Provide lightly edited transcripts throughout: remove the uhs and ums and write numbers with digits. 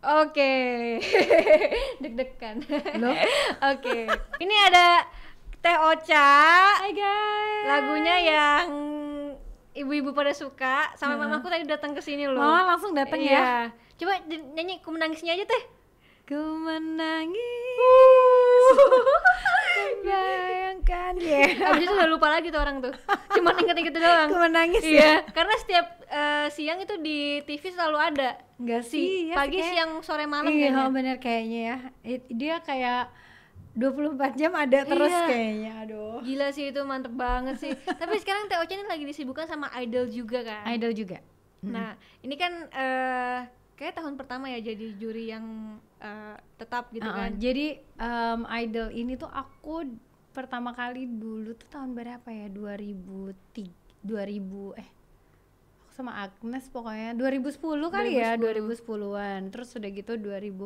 Oke. Deg-degan. Loh? Oke. Ini ada Teh Ocha. Hai guys. Lagunya yang ibu-ibu pada suka. Sampai mamaku tadi datang ke sini loh. Mama langsung datang ya. Coba nyanyi Ku Menangisnya aja Teh. Ku menangis. Bayangkan ya. Abis itu udah lupa lagi tuh orang tuh. Cuman inget-inget doang. Ku menangis Iya, karena setiap siang itu di TV selalu ada. Enggak sih, ya, Pagi, kayak- siang, sore, malam iya, kayaknya. bener kayaknya ya. Dia kayak 24 jam ada terus Iya. kayaknya. Aduh. Gila sih itu, mantep banget sih. Tapi sekarang Teh Ocha ini lagi disibukkan sama Idol juga kan. Idol juga. Nah, ini kan kayak tahun pertama ya jadi juri yang tetap gitu kan. Jadi Idol ini tuh aku pertama kali dulu tuh tahun berapa ya? 2000 aku sama Agnes pokoknya 2010 kali ya, 2010-an. Terus udah gitu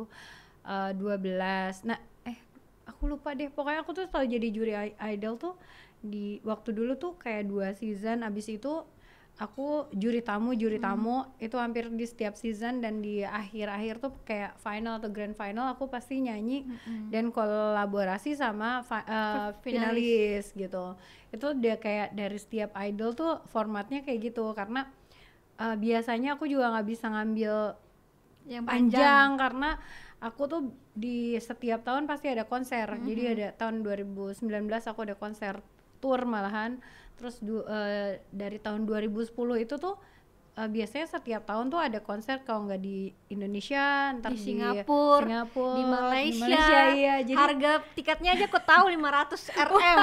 2012. Nah, aku lupa deh. Pokoknya aku tuh selalu jadi juri Idol tuh di waktu dulu tuh kayak 2 season. Abis itu aku juri tamu itu hampir di setiap season, dan di akhir-akhir tuh kayak final atau grand final aku pasti nyanyi dan kolaborasi sama finalis gitu. Itu dia kayak dari setiap idol tuh formatnya kayak gitu, karena biasanya aku juga nggak bisa ngambil Yang panjang karena aku tuh di setiap tahun pasti ada konser. Jadi ada tahun 2019 aku ada konser tour malahan. Terus dari tahun 2010 itu tuh biasanya setiap tahun tuh ada konser, kalau nggak di Indonesia, ntar di Singapura, di Malaysia, iya. Jadi harga tiketnya aja kok tahu 500 RM.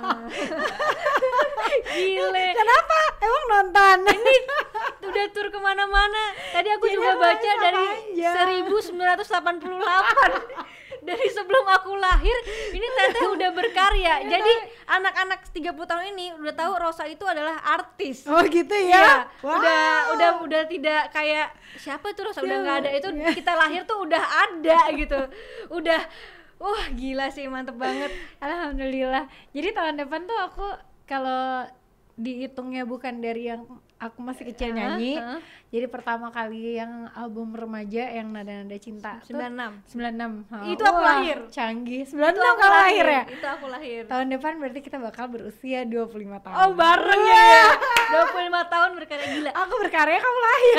Gile. kenapa? Emang nonton? Ini udah tur kemana-mana. Tadi aku Jadi juga aku baca bisa dari panjang. 1988. Dari sebelum aku lahir, ini Teteh udah berkarya. Jadi anak-anak 30 tahun ini udah tahu Rosa itu adalah artis. Oh gitu Iya, ya? Wow. udah tidak kayak siapa itu Rosa, udah nggak ada, itu kita lahir tuh udah ada gitu. Udah, wah gila sih, mantep banget. Alhamdulillah. Jadi tahun depan tuh aku kalau dihitungnya bukan dari yang aku masih kecil nyanyi, jadi pertama kali yang album remaja yang Nada-Nada Cinta 96. Itu aku lahir. Canggih. 96 Itu aku kamu lahir ya? Itu aku lahir. Tahun depan berarti kita bakal berusia 25 tahun. Oh bareng ya. 25 tahun berkarya, gila. Aku berkarya, kamu lahir.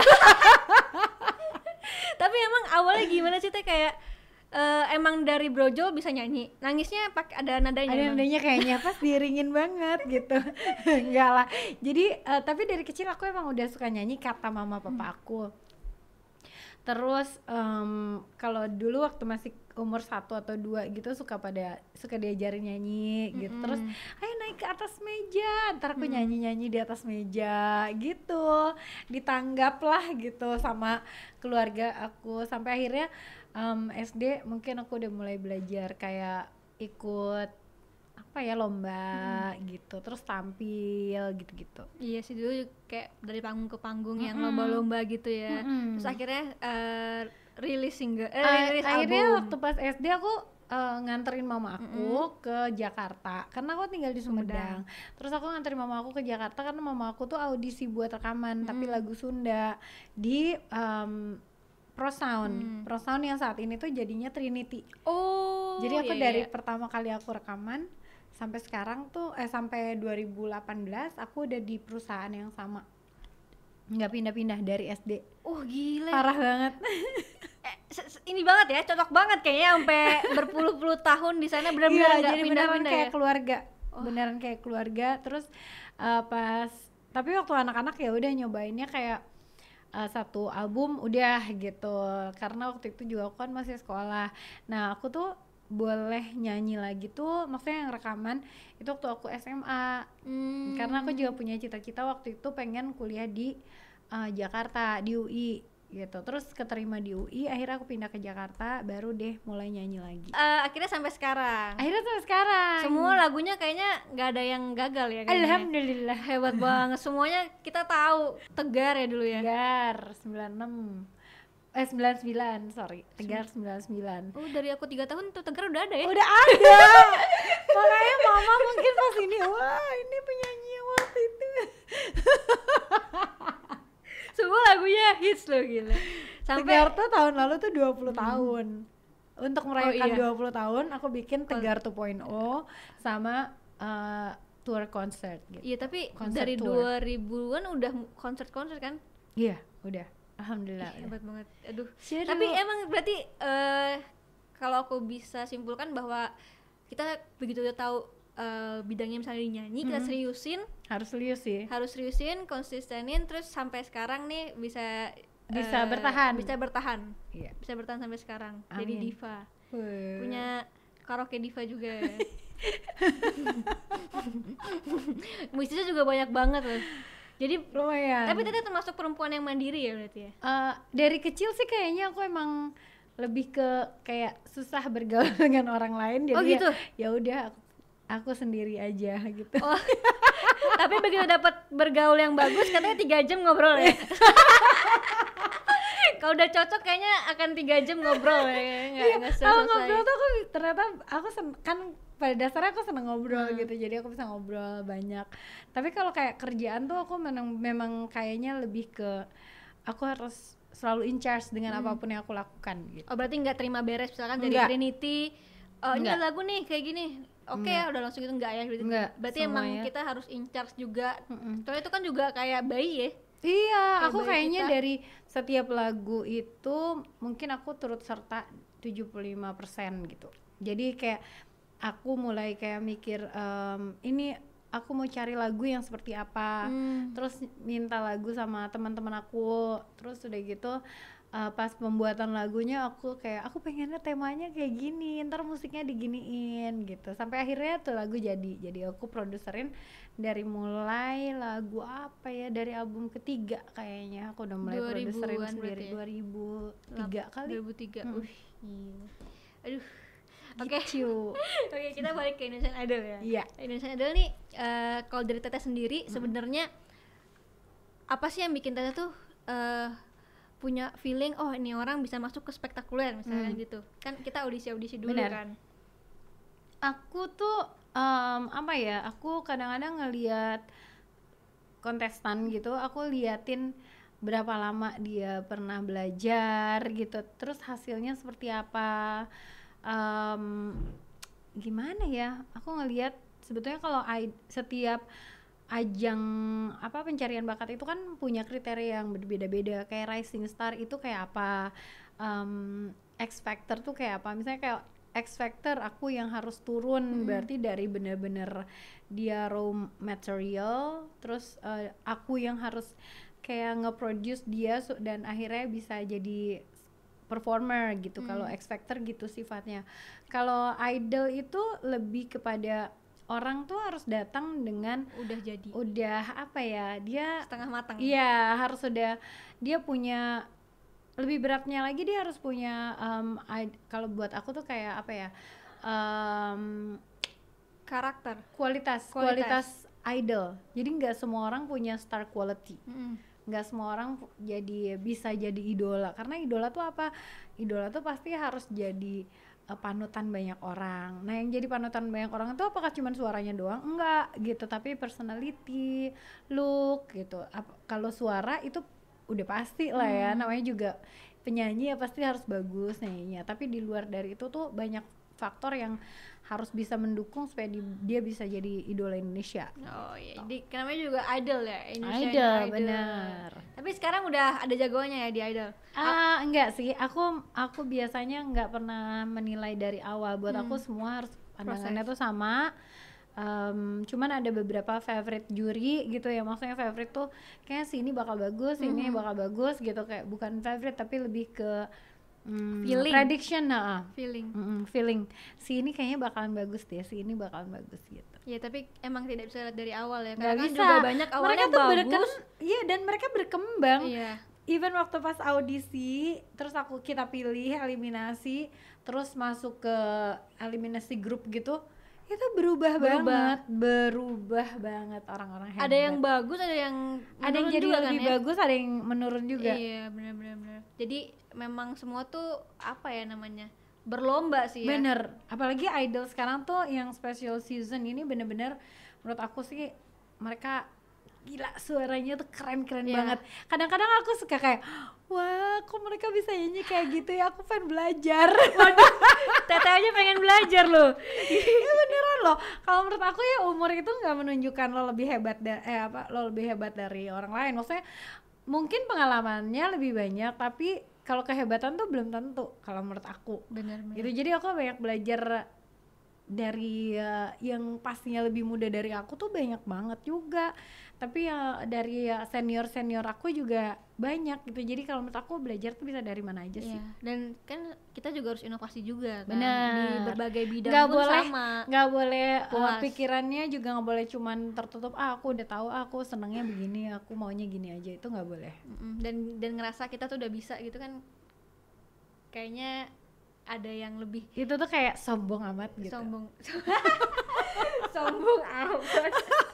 Tapi emang awalnya gimana sih Teh, kayak emang dari brojol bisa nyanyi, nangisnya pakai ada nadanya? Ada emang? nadanya kayaknya, pas diringin banget gitu. Enggak lah. Jadi tapi dari kecil aku emang udah suka nyanyi kata mama papa aku. Terus kalau dulu waktu masih umur 1 atau 2 gitu suka diajarin nyanyi gitu. Terus ayo naik ke atas meja, ntar aku nyanyi di atas meja gitu. Ditanggap lah gitu sama keluarga aku, sampai akhirnya SD mungkin aku udah mulai belajar kayak ikut apa ya, lomba gitu, terus tampil gitu-gitu. Iya sih, dulu kayak dari panggung ke panggung yang lomba-lomba gitu ya. Terus akhirnya rilis single, rilis akhirnya album. waktu pas SD aku nganterin mama aku ke Jakarta karena aku tinggal di Sumedang. Terus aku nganterin mama aku ke Jakarta karena mama aku tuh audisi buat rekaman tapi lagu Sunda di Pro Sound yang saat ini tuh jadinya Trinity. Oh, Jadi aku iya, dari iya. pertama kali aku rekaman sampai sekarang tuh sampai 2018 aku udah di perusahaan yang sama, nggak pindah-pindah dari SD. Oh gila. Parah banget. Ini banget ya, cocok banget kayaknya sampai berpuluh-puluh tahun di sana, benar-benar Iya, nggak jadi beneran pindah-pindah kayak ya. keluarga. Beneran kayak keluarga. Terus tapi waktu anak-anak ya udah nyobainnya kayak satu album udah gitu, karena waktu itu juga aku kan masih sekolah. Nah aku tuh boleh nyanyi lagi tuh, maksudnya yang rekaman itu waktu aku SMA. Karena aku juga punya cita-cita waktu itu pengen kuliah di Jakarta, di UI gitu. Terus keterima di UI, akhirnya aku pindah ke Jakarta, baru deh mulai nyanyi lagi. Akhirnya sampai sekarang. Akhirnya sampai sekarang. Semua lagunya kayaknya nggak ada yang gagal ya kayaknya. Alhamdulillah. Hebat banget, semuanya kita tahu. Tegar ya dulu ya. Tegar 99, sorry. Tegar 99. Oh, dari aku 3 tahun tuh Tegar udah ada ya? Udah ada. Makanya mama mungkin pas ini, wah ini penyanyi yang waktu itu. Semua lagunya hits loh, gila. Tegar tuh tahun lalu tuh 20 tahun. Untuk merayakan iya. 20 tahun aku bikin Tegar 2.0 sama tour concert gitu. Iya, tapi Concert dari tour. 2000-an udah konser-konser kan? Iya, udah. Alhamdulillah. Ih, hebat banget. Aduh. Seru. Tapi emang berarti kalau aku bisa simpulkan bahwa kita begitu udah tahu bidangnya misalnya di nyanyi, kita seriusin, Harus serius sih. konsistenin, terus sampai sekarang nih bisa Bertahan. Bisa bertahan. Iya. Bisa bertahan sampai sekarang. Jadi Amin. diva. Wih. Punya karaoke diva juga. Musisinya juga banyak banget loh. Jadi Lumayan. tapi Teteh termasuk perempuan yang mandiri ya berarti ya? Dari kecil sih kayaknya aku emang lebih ke kayak susah bergaul dengan orang lain, jadi Oh, gitu? ya udah aku sendiri aja gitu. Oh, tapi begitu dapat bergaul yang bagus katanya 3 jam ngobrol ya. Kalau udah cocok kayaknya akan 3 jam ngobrol ya, nggak Kalau selesai. ngobrol tuh aku ternyata aku kan pada dasarnya aku seneng ngobrol gitu, jadi aku bisa ngobrol banyak. Tapi kalau kayak kerjaan tuh aku memang kayaknya lebih ke aku harus selalu in charge dengan apapun yang aku lakukan gitu. Oh, berarti nggak terima beres misalkan dari Enggak. Trinity, oh ini Enggak. ada lagu nih kayak gini, oke ya udah langsung gitu, enggak ya berarti? Enggak, Berarti emang semuanya. kita harus in charge juga. Soalnya itu kan juga kayak bayi ya. Iya, Kayak aku bayi kayaknya kita. dari setiap lagu itu mungkin aku turut serta 75% gitu. Jadi kayak aku mulai kayak mikir ini aku mau cari lagu yang seperti apa, terus minta lagu sama teman-teman aku, terus udah gitu pas pembuatan lagunya aku kayak aku pengennya temanya kayak gini, ntar musiknya diginiin gitu, sampai akhirnya tuh lagu jadi aku produserin dari mulai lagu apa ya, dari album ketiga kayaknya aku udah mulai 2000-an produserin sendiri, berarti ya? 2003 kali. 2003. Gila. Aduh. Oke. Gitu. Oke, kita balik ke Indonesian Idol ya. Iya. Indonesian Idol nih kalau dari Teteh sendiri sebenarnya apa sih yang bikin Teteh tuh punya feeling oh ini orang bisa masuk ke spektakuler misalnya gitu. Kan kita audisi dulu Benar. kan. Aku tuh apa ya, aku kadang-kadang ngeliat kontestan gitu, aku liatin berapa lama dia pernah belajar gitu, terus hasilnya seperti apa. Gimana ya, aku ngeliat sebetulnya kalau setiap ajang apa pencarian bakat itu kan punya kriteria yang berbeda-beda, kayak Rising Star itu kayak apa, X Factor tuh kayak apa, misalnya kayak X Factor aku yang harus turun berarti dari bener-bener dia raw material, terus aku yang harus kayak nge-produce dia dan akhirnya bisa jadi performer gitu. Kalau X Factor gitu sifatnya. Kalau idol itu lebih kepada orang tuh harus datang dengan udah apa ya, dia Setengah matang. iya harus udah, dia punya lebih beratnya lagi, dia harus punya kalau buat aku tuh kayak apa ya, Karakter. kualitas idol. Jadi nggak semua orang punya star quality. Nggak semua orang bisa jadi idola, karena idola tuh apa, idola tuh pasti harus jadi panutan banyak orang. Nah yang jadi panutan banyak orang itu apakah cuma suaranya doang? Enggak gitu, tapi personality, look gitu. Kalau suara itu udah pasti lah ya, namanya juga penyanyi ya pasti harus bagus nyanyinya, tapi di luar dari itu tuh banyak faktor yang harus bisa mendukung supaya dia bisa jadi idola Indonesia. Oh iya, jadi namanya juga idol ya, Indonesian Idol, benar. Tapi sekarang udah ada jagoannya ya di idol. Enggak sih, aku biasanya enggak pernah menilai dari awal. Buat aku semua harus pandangannya tuh sama. Cuman ada beberapa favorite juri gitu ya, maksudnya favorite tuh kayak si ini bakal bagus, ini bakal bagus gitu, kayak bukan favorite tapi lebih ke Feeling. prediction, feeling. Si ini kayaknya bakalan bagus deh, si ini bakalan bagus gitu. Ya tapi emang tidak bisa lihat dari awal ya, Nggak karena kan bisa. juga banyak awalnya Mereka tuh bagus. Iya, dan mereka berkembang. Iya. Even waktu pas audisi, terus kita pilih eliminasi, terus masuk ke eliminasi grup gitu, itu berubah banget orang-orang hebat. Ada yang bagus, ada yang menurun jadi juga lebih kan ya? bagus, ada yang menurun juga. Iya, benar. Jadi memang semua tuh apa ya namanya, berlomba sih ya. Bener, apalagi idol sekarang tuh yang special season ini bener-bener menurut aku sih mereka gila suaranya tuh keren-keren Iya. banget. Kadang-kadang aku suka kayak, wah kok mereka bisa nyanyi kayak gitu ya, aku pengen belajar. Teteh aja pengen belajar loh. Ya beneran loh, kalau menurut aku ya umur itu nggak menunjukkan lo lebih hebat lo lebih hebat dari orang lain. Maksudnya mungkin pengalamannya lebih banyak, tapi kalau kehebatan tuh belum tentu kalau menurut aku. Bener. Gitu, jadi aku banyak belajar dari yang pastinya lebih muda dari aku tuh banyak banget juga, tapi ya dari senior aku juga banyak gitu. Jadi kalau menurut aku belajar tuh bisa dari mana aja sih. Iya. Dan kan kita juga harus inovasi juga kan. Bener. Di berbagai bidang Nggak pun boleh, sama. nggak boleh Puas. pikirannya juga nggak boleh cuman tertutup, aku udah tahu aku senangnya begini, aku maunya gini aja, itu nggak boleh. Dan ngerasa kita tuh udah bisa gitu kan, kayaknya ada yang lebih Itu tuh kayak sombong amat gitu. sombong. Sombong amat.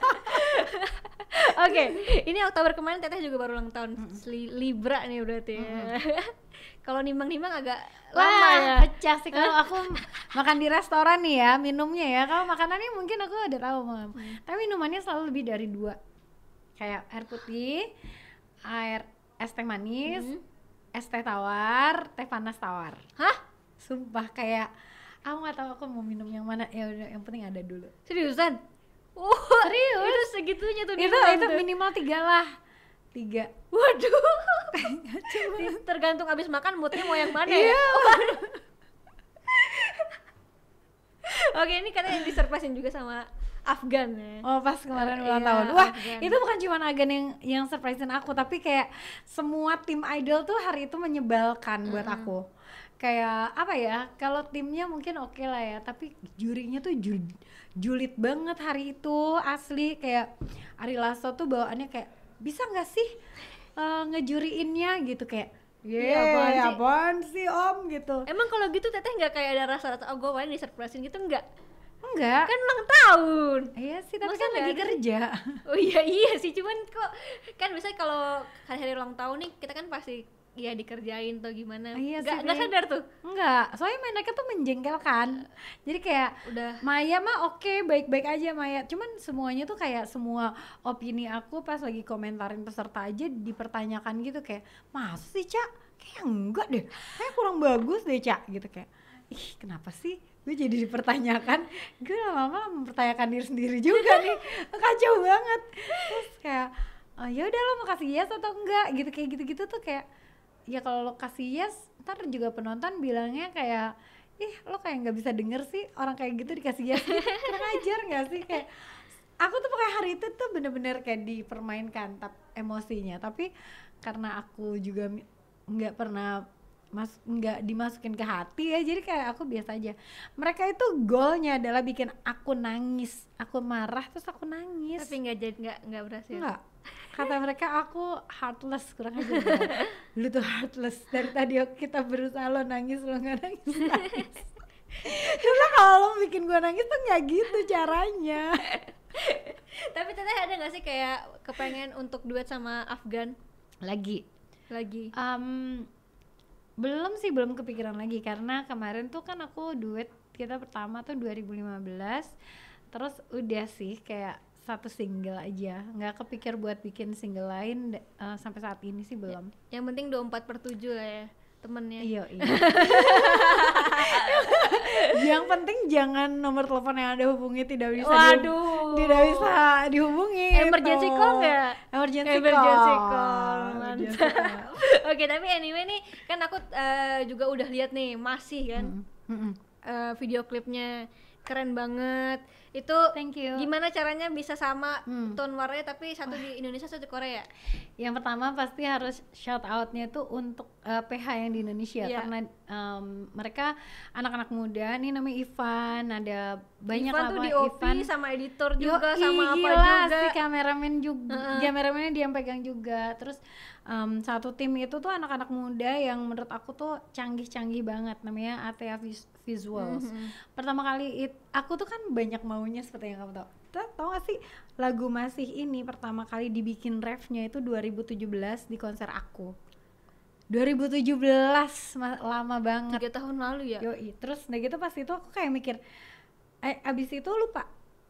Oke, ini Oktober kemarin Teteh juga baru ulang tahun. Libra nih berarti ya. Kalau nimbang-nimbang agak lama Wah, ya. pecah sih kalau aku makan di restoran nih ya, minumnya ya. Kalau makanannya mungkin aku udah tahu, Mam. Tapi minumannya selalu lebih dari 2. Kayak air putih, es teh manis, es teh tawar, teh panas tawar. Hah? Sumpah kayak aku nggak tahu aku mau minum yang mana. Ya udah, yang penting ada dulu. Seriusan? Serius? Itu segitunya tuh Itu nimbang tuh. minimal 3 lah. 3. Waduh. Tergantung abis makan moodnya mau yang mana ya. Iya. Oke, ini katanya disurprisein juga sama Afgan ya. Oh, pas kemarin ulang Iya, tahun. Wah, Afgan. itu bukan cuma Agan yang surprisein aku, tapi kayak semua tim idol tuh hari itu menyebalkan buat aku. Kayak apa ya? Kalau timnya mungkin oke lah ya, tapi jurinya tuh julid banget hari itu, asli. Kayak Ari Lasso tuh bawaannya kayak, bisa nggak sih ngejuriinnya gitu, kayak apaan sih om gitu. Emang kalau gitu Teteh nggak kayak ada rasa-rasa oh gue paling disurprisein gitu nggak? Enggak. Kan ulang tahun. Iya sih, tapi Masa kan nggak lagi ada sih? kerja. Oh iya sih, cuman kok kan biasanya kalau hari-hari ulang tahun nih kita kan pasti ya dikerjain atau gimana. Iya sih, Nggak Pi. sadar tuh. Enggak, soalnya mereka tuh menjengkelkan. Jadi kayak Udah Maya mah oke, baik-baik aja Maya. Cuman semuanya tuh kayak semua opini aku pas lagi komentarin peserta aja dipertanyakan gitu, kayak masa sih Cak? Kayak enggak deh, kayak kurang bagus deh Cak gitu. Kayak ih kenapa sih gue jadi dipertanyakan, gue lama-lama mempertanyakan diri sendiri juga nih. Kacau banget. Terus kayak oh, ya udah lo mau kasih yes atau enggak gitu, kayak gitu-gitu tuh kayak ya kalau lo kasih yes ntar juga penonton bilangnya kayak ih lo kayak nggak bisa denger sih orang kayak gitu dikasih yes gitu. Kurang ajar nggak sih? Kayak aku tuh pokoknya hari itu tuh bener-bener kayak dipermainkan emosinya, tapi karena aku juga nggak pernah nggak dimasukin ke hati ya, jadi kayak aku biasa aja. Mereka itu goalnya adalah bikin aku nangis, aku marah terus aku nangis. tapi nggak jadi nggak berhasil. Enggak, kata mereka aku heartless, kurang aja. Lu tuh heartless, dari tadi kita berusaha lo nangis, lo nggak nangis. Karena kalau lo bikin gua nangis tuh nggak gitu caranya. Tapi Teteh ada nggak sih kayak kepengen untuk duet sama Afgan Lagi belum sih, belum kepikiran lagi, karena kemarin tuh kan aku duet kita pertama tuh 2015, terus udah sih kayak satu single aja, nggak kepikir buat bikin single lain sampai saat ini sih belum. Yang penting 24/7 lah ya temennya. Iya. Yang penting jangan nomor telepon yang Anda hubungi tidak bisa tidak bisa dihubungi. Emergency gitu. call nggak? Emergency Emergency call. call. Emergency Mantap. call. Oke, tapi anyway nih kan aku juga udah lihat nih masih kan video klipnya keren banget. Itu Thank you. gimana caranya bisa sama tone warnanya tapi satu di Indonesia satu di Korea? Yang pertama pasti harus shout outnya tuh untuk PH yang di Indonesia, Iya. karena mereka anak-anak muda nih, namanya Ivan, ada banyak Ivan lah tuh Pak, di OP Ivan. sama editor juga Yoi, sama apa gila, juga. si kameramen juga, kameramennya dia yang pegang juga. Terus satu tim itu tuh anak-anak muda yang menurut aku tuh canggih-canggih banget, namanya Atea Visuals. Pertama kali aku tuh kan banyak maunya seperti yang kamu tau gak sih, lagu Masih ini pertama kali dibikin refnya itu 2017 di konser aku. 2017, lama banget. 3 tahun lalu ya. Yoi, terus udah gitu pas itu aku kayak mikir abis itu lupa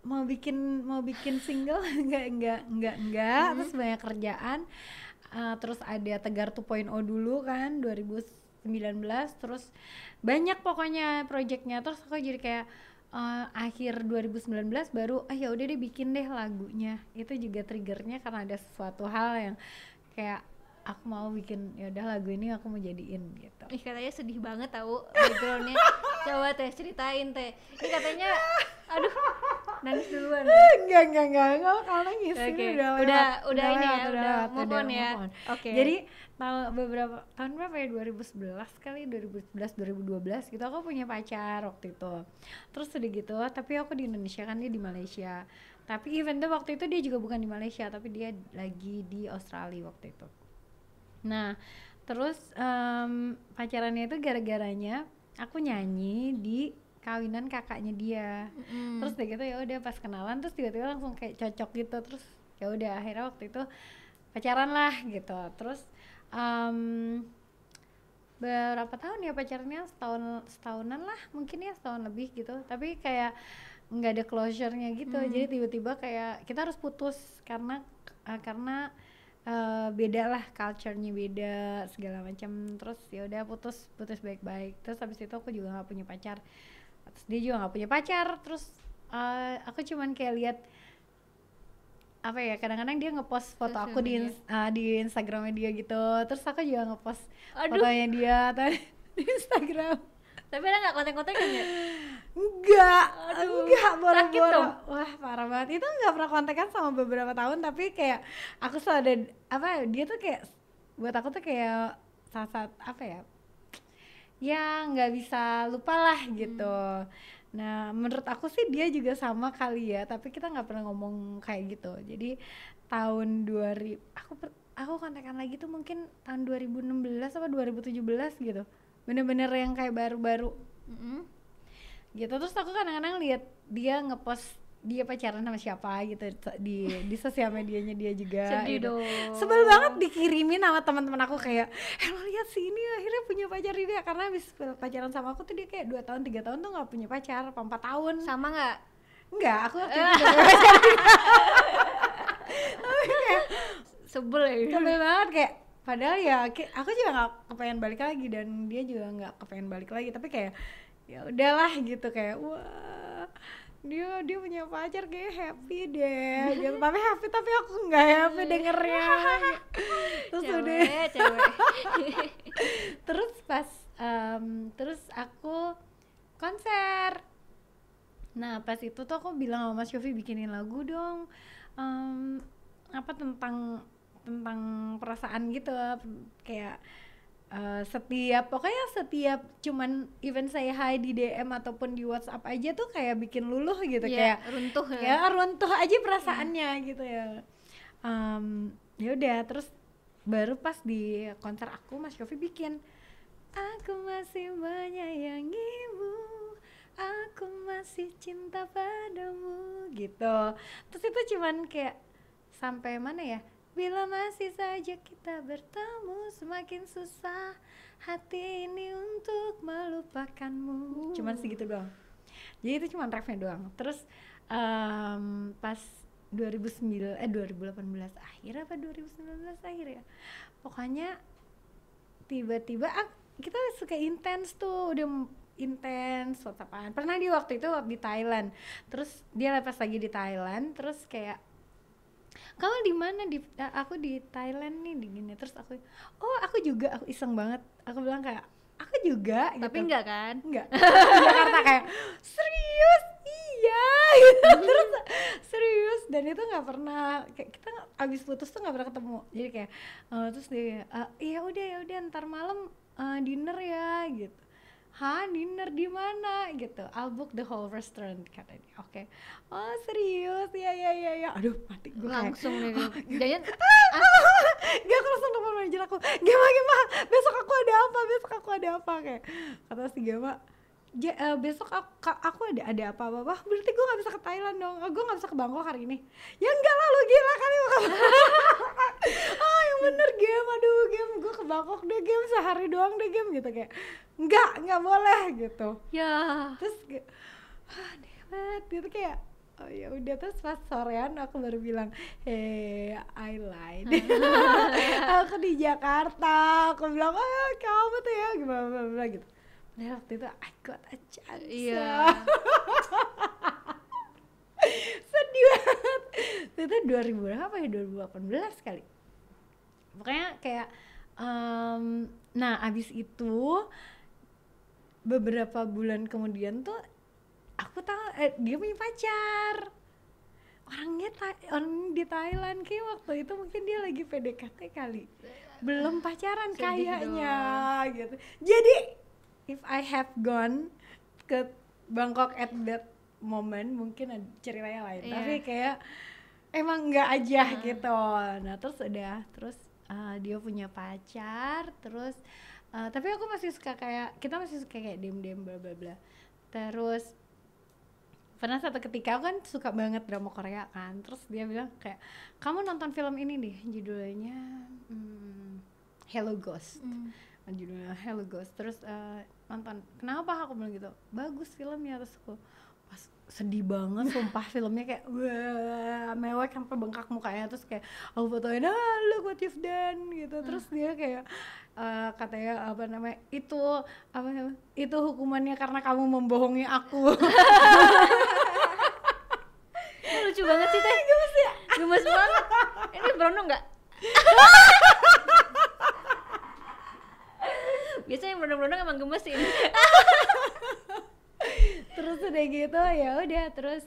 mau bikin single enggak. Terus banyak kerjaan. Terus ada Tegar 2.0 dulu kan 2019, terus banyak pokoknya projectnya. Terus aku jadi kayak akhir 2019 baru ya udah deh bikin deh lagunya. Itu juga triggernya karena ada sesuatu hal yang kayak aku mau bikin, ya udah lagu ini aku mau jadiin gitu. Ih, katanya sedih banget tahu backgroundnya. Coba Teh ceritain Teh. Ini katanya aduh nangis duluan. Enggak kalau nangis. Oke. Udah Udah lewat, ini ya, lewat, udah lewat, move on ya. move on. Oke. Jadi beberapa tahun berapa ya, 2011 kali, 2012 gitu aku punya pacar waktu itu. Terus udah gitu, tapi aku di Indonesia kan, dia di Malaysia. Tapi even tuh waktu itu dia juga bukan di Malaysia, tapi dia lagi di Australia waktu itu. Nah, terus pacarannya itu gara-garanya aku nyanyi di kawinan kakaknya dia. Terus udah gitu ya udah pas kenalan terus tiba-tiba langsung kayak cocok gitu. Terus ya udah akhirnya waktu itu pacaran lah gitu. Terus berapa tahun ya pacarnya, setahunan lah mungkin ya, setahun lebih gitu. Tapi kayak nggak ada closure-nya gitu. Jadi tiba-tiba kayak kita harus putus karena beda lah, culture-nya beda segala macam. Terus ya udah putus baik-baik. Terus habis itu aku juga nggak punya pacar, terus dia juga nggak punya pacar. Terus aku cuman kayak lihat apa ya, kadang-kadang dia ngepost foto aku di Instagramnya dia gitu. Terus aku juga ngepost fotonya dia di Instagram. Tapi ada nggak konten-kontennya nggak? Enggak, sakit boro-boro. dong. Wah parah banget. Itu nggak pernah kontekan sama beberapa tahun, tapi kayak aku selalu ada dia tuh kayak buat aku tuh kayak saat apa ya nggak bisa lupa lah gitu. Nah menurut aku sih dia juga sama kali ya, tapi kita nggak pernah ngomong kayak gitu. Jadi tahun 2000 aku kontekan lagi tuh mungkin tahun 2016 apa 2017 gitu. Bener-bener yang kayak baru-baru gitu. Terus aku kadang-kadang lihat dia ngepost dia pacaran sama siapa gitu di sosial medianya dia juga. Sedih gitu. dong. Sebel banget dikirimin sama teman-teman aku kayak, lo lihat sih ini akhirnya punya pacar dia. Karena habis pacaran sama aku tuh dia kayak 2 tahun 3 tahun tuh nggak punya pacar, apa 4 tahun. Sama nggak? Enggak, aku waktu itu udah punya pacar. Tapi kayak Sebel ya. sebel banget kayak, padahal ya aku juga nggak kepengen balik lagi dan dia juga nggak kepengen balik lagi. Tapi kayak ya udahlah gitu, kayak wah dia punya pacar kayak happy deh gitu. Tapi aku nggak happy dengernya. Terus cewek. terus pas terus aku konser. Nah pas itu tuh aku bilang sama Mas Yofi, bikinin lagu dong apa tentang perasaan gitu, kayak setiap cuman even saya hi di DM ataupun di WhatsApp aja tuh kayak bikin luluh gitu, kayak runtuh ya runtuh aja perasaannya gitu ya. Ya udah terus baru pas di konser aku Mas Yofi bikin aku masih menyayangimu, aku masih cinta padamu gitu. Terus itu cuman kayak sampai mana ya, bila masih saja kita bertemu, semakin susah hati ini untuk melupakanmu. Cuman segitu doang. Jadi itu cuman refnya doang. Terus pas 2018 akhir apa 2019 akhir ya, pokoknya tiba-tiba kita suka intens tuh, udah intens WhatsAppan. Pernah di waktu itu di Thailand. Terus dia lepas lagi di Thailand, terus kayak kamu di mana? Aku di Thailand nih, di gini. Terus aku juga, aku iseng banget. Aku bilang kayak aku juga. Tapi gitu. enggak kan? Enggak. Di Jakarta kayak serius? Iya. Gitu. Terus serius, dan itu nggak pernah kayak kita abis putus tuh nggak pernah ketemu. Jadi kayak terus dia ya udah ntar malam dinner ya gitu. Hah, dinner di mana gitu? I'll book the whole restaurant kata dia. Oke. Oh serius? Ya. Aduh mati gue Langsung nih. Jangan gak, aku langsung telepon manajer aku. Gema, besok aku ada apa kayak kata si Gema. Besok aku ada apa berarti gue nggak bisa ke Thailand dong. Gue nggak bisa ke Bangkok hari ini. Ya enggak lah, lu gila kali. Yang bener Gem, aduh Gem, gue ke Bangkok deh Gem, sehari doang deh Gem gitu. Kayak nggak boleh gitu ya. Terus kayak demet gitu, kayak oh ya udah. Terus pas sorean aku baru bilang, hey I lied. Aku di Jakarta. Aku bilang, oh kamu tuh ya gimana gitu. Padahal waktu itu I got a chance. Iya. Sedih banget. Itu 2000 berapa ya, 2018 kali. Pokoknya kayak nah abis itu beberapa bulan kemudian tuh aku tahu dia punya pacar. Orang di Thailand, kayak waktu itu mungkin dia lagi PDKT kali, belum pacaran kayaknya gitu. Jadi if I have gone ke Bangkok at that moment mungkin ada ceritanya lain, tapi kayak emang nggak aja gitu. Nah terus dia punya pacar, terus tapi aku masih suka kayak, kita masih suka kayak diem bla bla bla. Terus pernah satu ketika aku kan suka banget drama Korea kan, terus dia bilang kayak, kamu nonton film ini deh, judulnya Hello Ghost. Judulnya Hello Ghost. Terus nonton, kenapa? Aku bilang gitu, bagus filmnya. Terus aku pas sedih banget, sumpah filmnya kayak wah mewek sampai bengkak mukanya. Terus kayak aku fotoin, look what you've done gitu. Terus dia kayak katanya itu hukumannya karena kamu membohongi aku. Lucu banget sih Teh. Gemes banget. Ini beronong nggak? Biasanya yang beronong-beronong emang gemes sih. Terus udah gitu ya udah, terus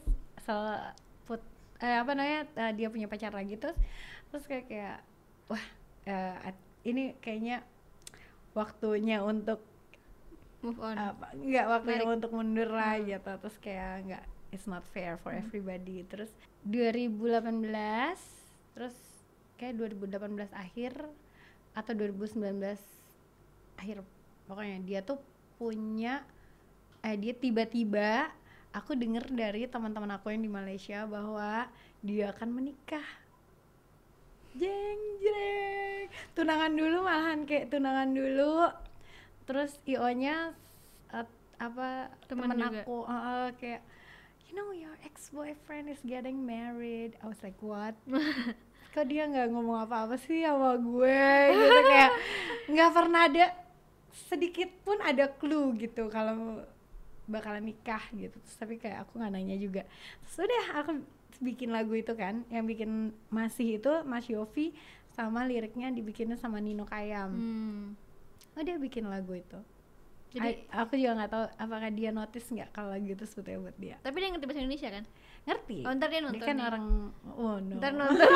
dia punya pacar lagi, terus kayak wah ini kayaknya waktunya untuk Move on. Waktunya untuk mundur lah gitu. Terus kayak nggak, it's not fair for everybody. Terus 2018, terus kayak 2018 akhir atau 2019 akhir, pokoknya dia tuh punya dia tiba-tiba aku denger dari teman-teman aku yang di Malaysia bahwa dia akan menikah. Jeng jeng, tunangan dulu, terus IO-nya teman aku kayak, you know your ex-boyfriend is getting married. I was like what? Kok dia nggak ngomong apa-apa sih sama gue gitu, kayak nggak pernah ada sedikit pun ada clue gitu kalau bakalan nikah gitu. Terus tapi kayak aku nggak nanya juga. Terus udah aku bikin lagu itu kan, yang bikin masih itu Mas Yofi, sama liriknya dibikinnya sama Nino Kayam. Udah bikin lagu itu. Jadi aku juga nggak tahu apakah dia notice nggak kalau lagu itu sebetulnya buat dia. Tapi dia ngerti bahasa Indonesia kan? Ngerti. Oh, ntar dia nonton. Dia kan nih. orang no. Ntar nonton.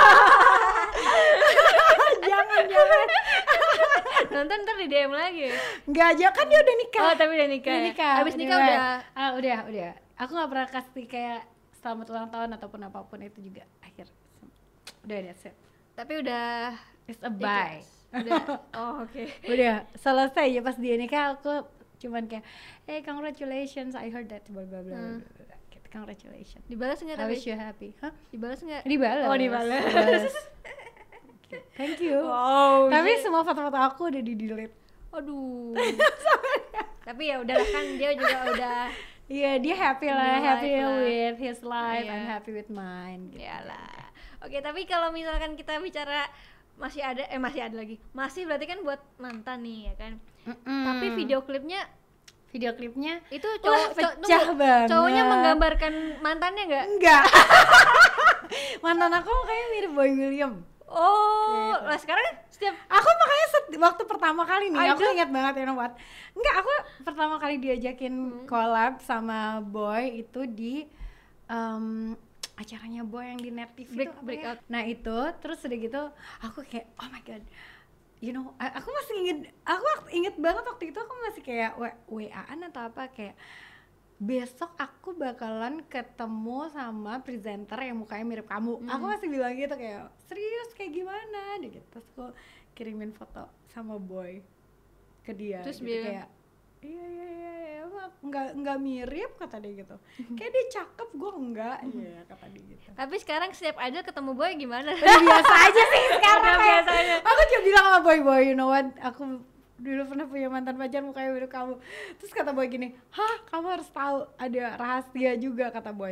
jangan. Nonton ntar di DM lagi. Nggak aja kan, dia udah nikah. Oh tapi udah nikah. Abis nikah udah. Udah. Aku nggak pernah kasih kayak selamat ulang tahun ataupun apapun, itu juga akhir. Udah that's it. Tapi udah it's a bye. Udah. Oh oke. Udah selesai ya. Pas dia nikah aku cuman kayak, hey congratulations, I heard that bla bla bla. Congratulations. Dibalas nggak I tapi? wish you happy. Hah? Dibalas nggak? Dibalas. Oh dibalas. Okay. Thank you. Wow. Tapi semua foto-foto aku udah di delete. Aduh. Tapi ya udahlah kan, dia juga udah. Iya, dia happy lah, with his life, Iya. I'm happy with mine. Gitu. Iyalah. Oke, tapi kalau misalkan kita bicara masih ada lagi. Masih berarti kan buat mantan nih ya kan. Tapi video klipnya itu pecah banget. Cowoknya menggambarkan mantannya nggak? Enggak. Mantan aku kayaknya mirip Boy William. Oh, lah sekarang setiap aku makanya waktu pertama kali nih, aku ingat banget ya buat. Enggak, aku pertama kali diajakin collab sama Boy itu di acaranya Boy yang di Net TV itu Breakout. Nah itu, terus udah gitu aku kayak oh my god. You know, aku inget banget waktu itu aku masih kayak WA-an atau apa, kayak besok aku bakalan ketemu sama presenter yang mukanya mirip kamu. Aku masih bilang gitu kayak serius kayak gimana deh gitu. Terus aku kirimin foto sama Boy ke dia. Terus gitu, kayak iya nggak mirip kata dia gitu. Kayak dia cakep, gue enggak. Iya kata dia gitu. Tapi sekarang setiap ada ketemu Boy gimana? Udah biasa aja sih sekarang. Biasa aja. Aku cuma bilang sama Boy, you know what, aku dulu pernah punya mantan pacar mukanya mirip kamu. Terus kata Boy gini, hah kamu harus tahu ada rahasia juga, kata Boy.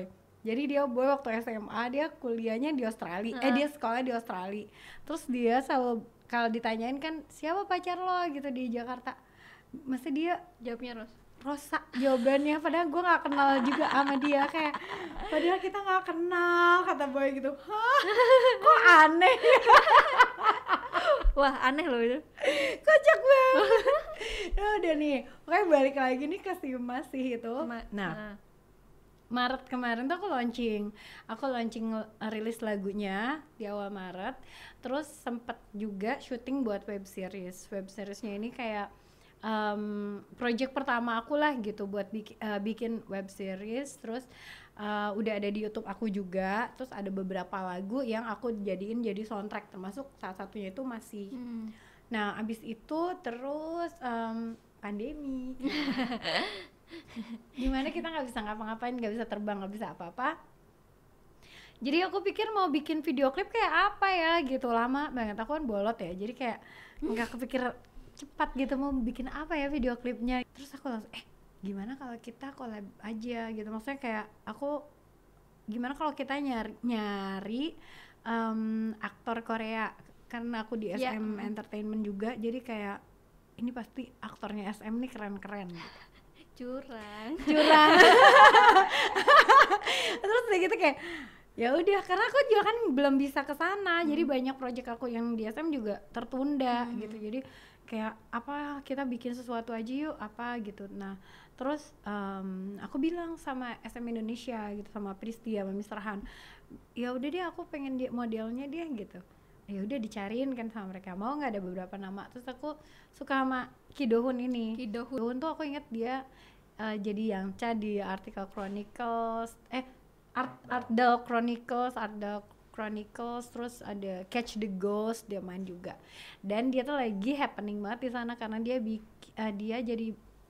Jadi dia boy waktu SMA dia kuliahnya di Australia, dia sekolah di Australia. Terus dia selalu kalau ditanyain kan siapa pacar lo gitu di Jakarta, mesti dia Jawabnya Rosa jawabannya, padahal gue nggak kenal juga sama dia, kayak padahal kita nggak kenal, kata boy gitu. Hah, kok aneh. Wah aneh loh itu. Kocak banget. Nah, udah nih, oke balik lagi nih ke si Mas sih itu. Maret kemarin tuh aku launching rilis lagunya di awal Maret. Terus sempet juga syuting buat web seriesnya ini kayak project pertama aku lah gitu buat bikin web series. Terus udah ada di YouTube aku juga. Terus ada beberapa lagu yang aku jadiin jadi soundtrack, termasuk salah satunya itu Masih. Nah abis itu terus pandemi. Gimana kita nggak bisa ngapa-ngapain, nggak bisa terbang, nggak bisa apa-apa. Jadi aku pikir mau bikin video klip kayak apa ya gitu, lama banget, aku kan bolot ya, jadi kayak nggak kepikir cepat gitu mau bikin apa ya video klipnya. Terus aku langsung gimana kalau kita collab aja gitu, maksudnya kayak aku gimana kalau kita nyari aktor Korea, karena aku di SM Entertainment juga, jadi kayak ini pasti aktornya SM nih keren-keren gitu. curang Terus kayak gitu kayak ya udah, karena aku juga kan belum bisa ke sana, jadi banyak project aku yang di SM juga tertunda gitu. Jadi kayak apa kita bikin sesuatu aja yuk apa gitu. Nah terus aku bilang sama SM Indonesia gitu, sama Pristi sama Mr. Han, ya udah deh aku pengen modelnya dia gitu. Ya udah dicariin kan sama mereka, mau nggak, ada beberapa nama. Terus aku suka sama Ki Do-hoon ini. Ki Do-hoon tuh aku inget dia jadi yang di Article Chronicles, Ardell Chronicles, terus ada Catch the Ghost dia main juga. Dan dia tuh lagi happening banget di sana karena dia jadi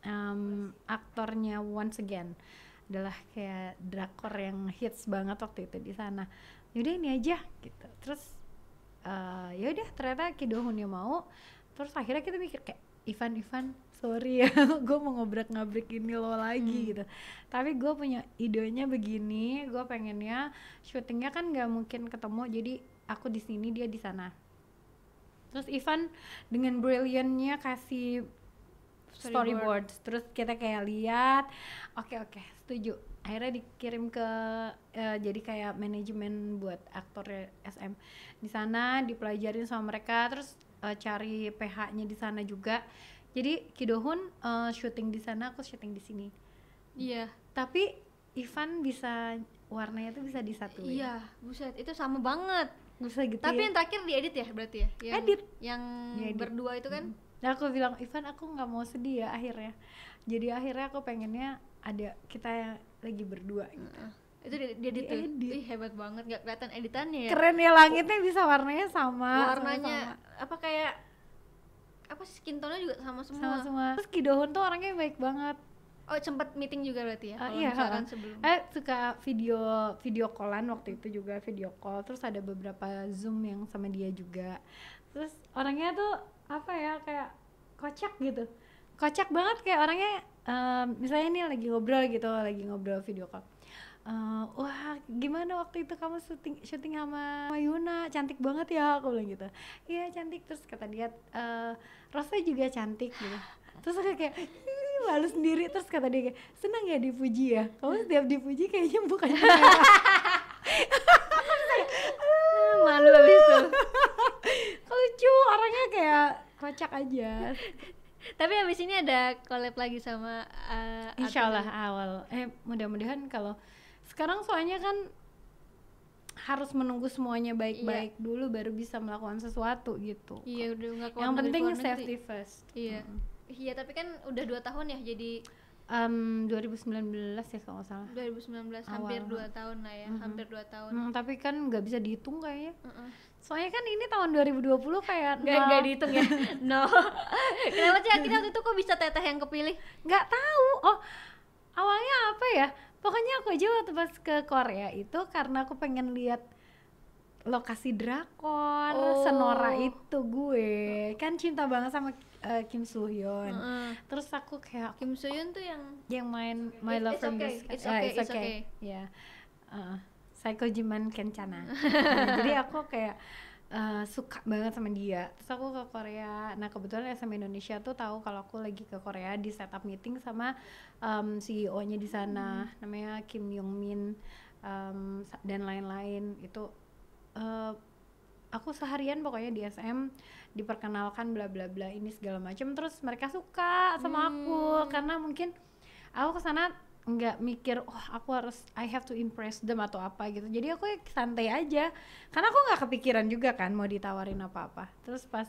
aktornya Once Again, adalah kayak drakor yang hits banget waktu itu di sana. Yaudah ini aja gitu. Terus ya udah ternyata Ki Do-hoonnya mau. Terus akhirnya kita mikir kayak Ivan sorry ya gue mau ngobrak-ngabrik ini lo lagi gitu, tapi gue punya idenya begini, gue pengennya syutingnya kan nggak mungkin ketemu, jadi aku di sini dia di sana. Terus Ivan dengan brilliantnya kasih storyboards, terus kita kayak lihat oke setuju, akhirnya dikirim ke jadi kayak manajemen buat aktor SM di sana, dipelajarin sama mereka, terus cari PH-nya di sana juga. Jadi Ki Do-hoon syuting di sana, aku syuting di sini. Iya. Tapi Ivan bisa warnanya tuh bisa disatuin. Iya, buset, itu sama banget. Bisa gitu. Tapi ya? yang terakhir diedit ya berarti ya? Yang berdua itu kan? Nah aku bilang, Ivan aku nggak mau sedih ya akhirnya. Jadi akhirnya aku pengennya ada kita lagi berdua gitu. Itu diedit tuh. Ih hebat banget, nggak kelihatan editannya ya. Keren ya, langitnya bisa warnanya sama. Warnanya apa kayak apa skin tone-nya juga sama semua. Terus Ki Do-hoon tuh orangnya baik banget. Oh sempat meeting juga berarti ya? Iya sebelum. Suka video callan waktu itu juga, video call. Terus ada beberapa Zoom yang sama dia juga. Terus orangnya tuh apa ya, kayak kocak gitu, kocak banget kayak orangnya. Misalnya nih lagi ngobrol video call, wah gimana waktu itu kamu syuting sama Yuna, cantik banget ya, aku bilang gitu. Iya cantik. Terus kata dia Rosa juga cantik gitu. Terus aku kayak malu sendiri. Terus kata dia kayak, senang ya dipuji ya, kamu setiap dipuji kayaknya bukan malu abis itu. Lucu, orangnya kayak kocak aja. Tapi abis ini ada collab lagi sama Insyaallah awal mudah-mudahan. Kalau sekarang soalnya kan harus menunggu semuanya baik-baik dulu baru bisa melakukan sesuatu gitu. Iya udah nggak keluar. Yang penting safety first. Iya. Iya tapi kan udah 2 tahun ya jadi 2019 ya kalau nggak salah. 2019 hampir 2 tahun lah ya, hampir 2 tahun. Tapi kan nggak bisa dihitung kayaknya. Soalnya kan ini tahun 2020 kayak nggak dihitung ya. No. Kenapa sih akhirnya waktu itu kok bisa teteh yang kepilih? Nggak tahu. Oh awalnya apa ya? Pokoknya aku aja waktu pas ke Korea itu karena aku pengen lihat lokasi drakor, senora itu gue kan cinta banget sama Kim Soo Hyun. Terus aku kayak Kim Soo Hyun tuh yang main My Love from the Sky. It's okay. Ya. Saikojiman Kencana. Nah, jadi aku kayak suka banget sama dia. Terus aku ke Korea. Nah kebetulan SM Indonesia tuh tahu kalau aku lagi ke Korea di setup meeting sama CEO-nya di sana, namanya Kim Yong Min, dan lain-lain. Itu aku seharian pokoknya di SM diperkenalkan bla bla bla ini segala macam. Terus mereka suka sama aku karena mungkin aku kesana nggak mikir I have to impress them atau apa gitu, jadi aku santai aja karena aku nggak kepikiran juga kan mau ditawarin apa-apa. Terus pas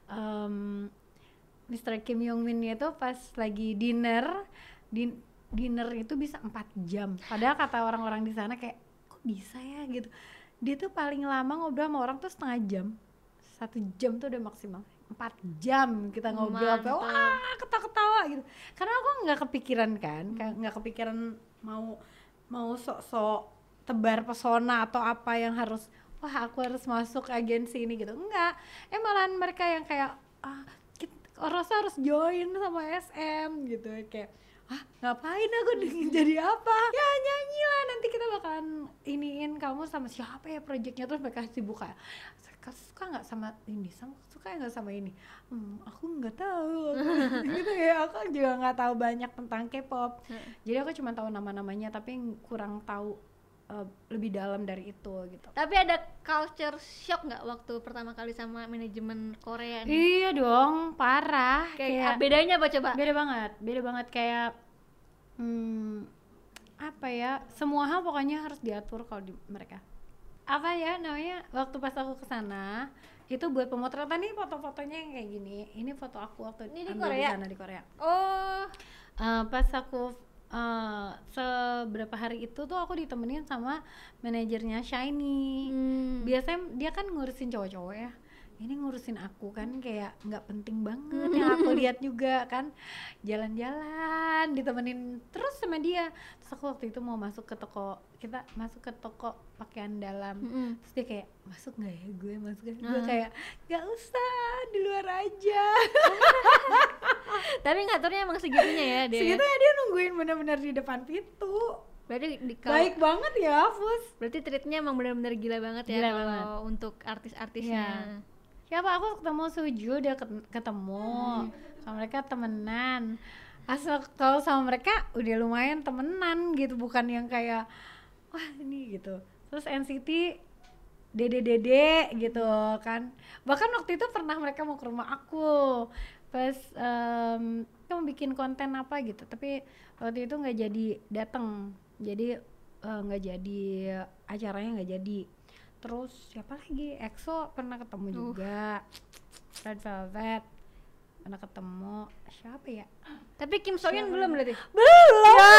Mr. Kim Yong Min itu pas lagi dinner itu bisa 4 jam, padahal kata orang-orang di sana kayak kok bisa ya gitu. Dia tuh paling lama ngobrol sama orang tuh setengah jam, 1 jam tuh udah maksimal. 4 jam kita ngobrol apa, wah ketawa-ketawa gitu, karena aku nggak kepikiran kan, nggak kepikiran mau sok-sok tebar pesona atau apa yang harus aku harus masuk agensi ini gitu, enggak. Malahan mereka yang kayak Rosa harus join sama SM gitu, kayak ngapain aku jadi apa ya, nyanyi lah, nanti kita bakalan iniin kamu sama siapa ya projectnya. Terus mereka sibuk kayak suka nggak sama ini, suka nggak sama ini, aku nggak tahu gitu ya, aku juga nggak tahu banyak tentang K-pop, jadi aku cuma tahu nama-namanya tapi kurang tahu lebih dalam dari itu gitu. Tapi ada culture shock nggak waktu pertama kali sama manajemen Korea nih? Iya dong, parah. Kayak bedanya apa coba? Beda banget kayak apa ya, semua hal pokoknya harus diatur kalau di mereka. Apa ya namanya, waktu pas aku kesana itu buat pemotretan nih, foto-fotonya yang kayak gini. Ini foto aku waktu ini di ambil Korea? di sana di Korea. Pas aku seberapa hari itu tuh aku ditemenin sama manajernya Shiny. Biasanya dia kan ngurusin cowok-cowok ya, ini ngurusin aku kan kayak nggak penting banget yang aku lihat juga kan, jalan-jalan ditemenin terus sama dia. Terus aku waktu itu mau masuk ke toko, kita masuk ke toko pakaian dalam, terus dia kayak masuk nggak ya, gue kayak nggak usah, di luar aja. Tapi ngaturnya emang segitunya ya dia? Segitunya, dia nungguin benar-benar di depan pintu. Berarti baik banget ya Fus. Berarti treatnya emang benar-benar gila banget ya kalau untuk artis-artisnya. Siapa, aku ketemu Suju, dia ketemu sama mereka temenan. Asal kalau sama mereka udah lumayan temenan gitu, bukan yang kayak wah ini gitu. Terus NCT dede gitu kan. Bahkan waktu itu pernah mereka mau ke rumah aku pas kita mau bikin konten apa gitu, tapi waktu itu nggak jadi datang, jadi nggak jadi, acaranya nggak jadi. Terus siapa lagi, EXO pernah ketemu juga, Red Velvet pernah ketemu, siapa ya, tapi Kim So Hyun belum berarti? Belum ya.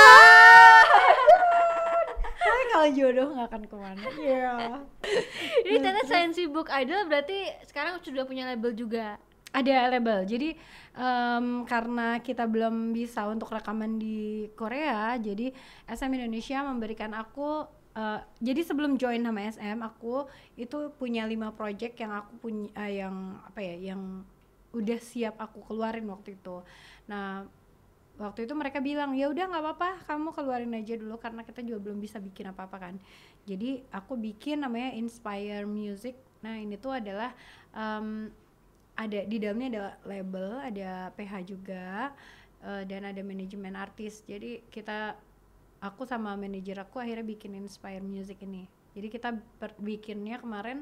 Tapi kalau jodoh nggak akan kemana ya. Ini ternyata Sensi Book Idol berarti sekarang sudah punya label juga? Ada label, jadi karena kita belum bisa untuk rekaman di Korea, jadi SM Indonesia memberikan aku jadi sebelum join sama SM, aku itu punya 5 project yang aku punya, yang udah siap aku keluarin waktu itu. Nah waktu itu mereka bilang ya udah nggak apa-apa, kamu keluarin aja dulu karena kita juga belum bisa bikin apa-apa kan. Jadi aku bikin namanya Inspire Music. Nah ini tuh adalah ada di dalamnya ada label, ada PH juga, dan ada manajemen artis. Jadi aku sama manajer aku akhirnya bikin Inspire Music ini. Jadi kita bikinnya kemarin,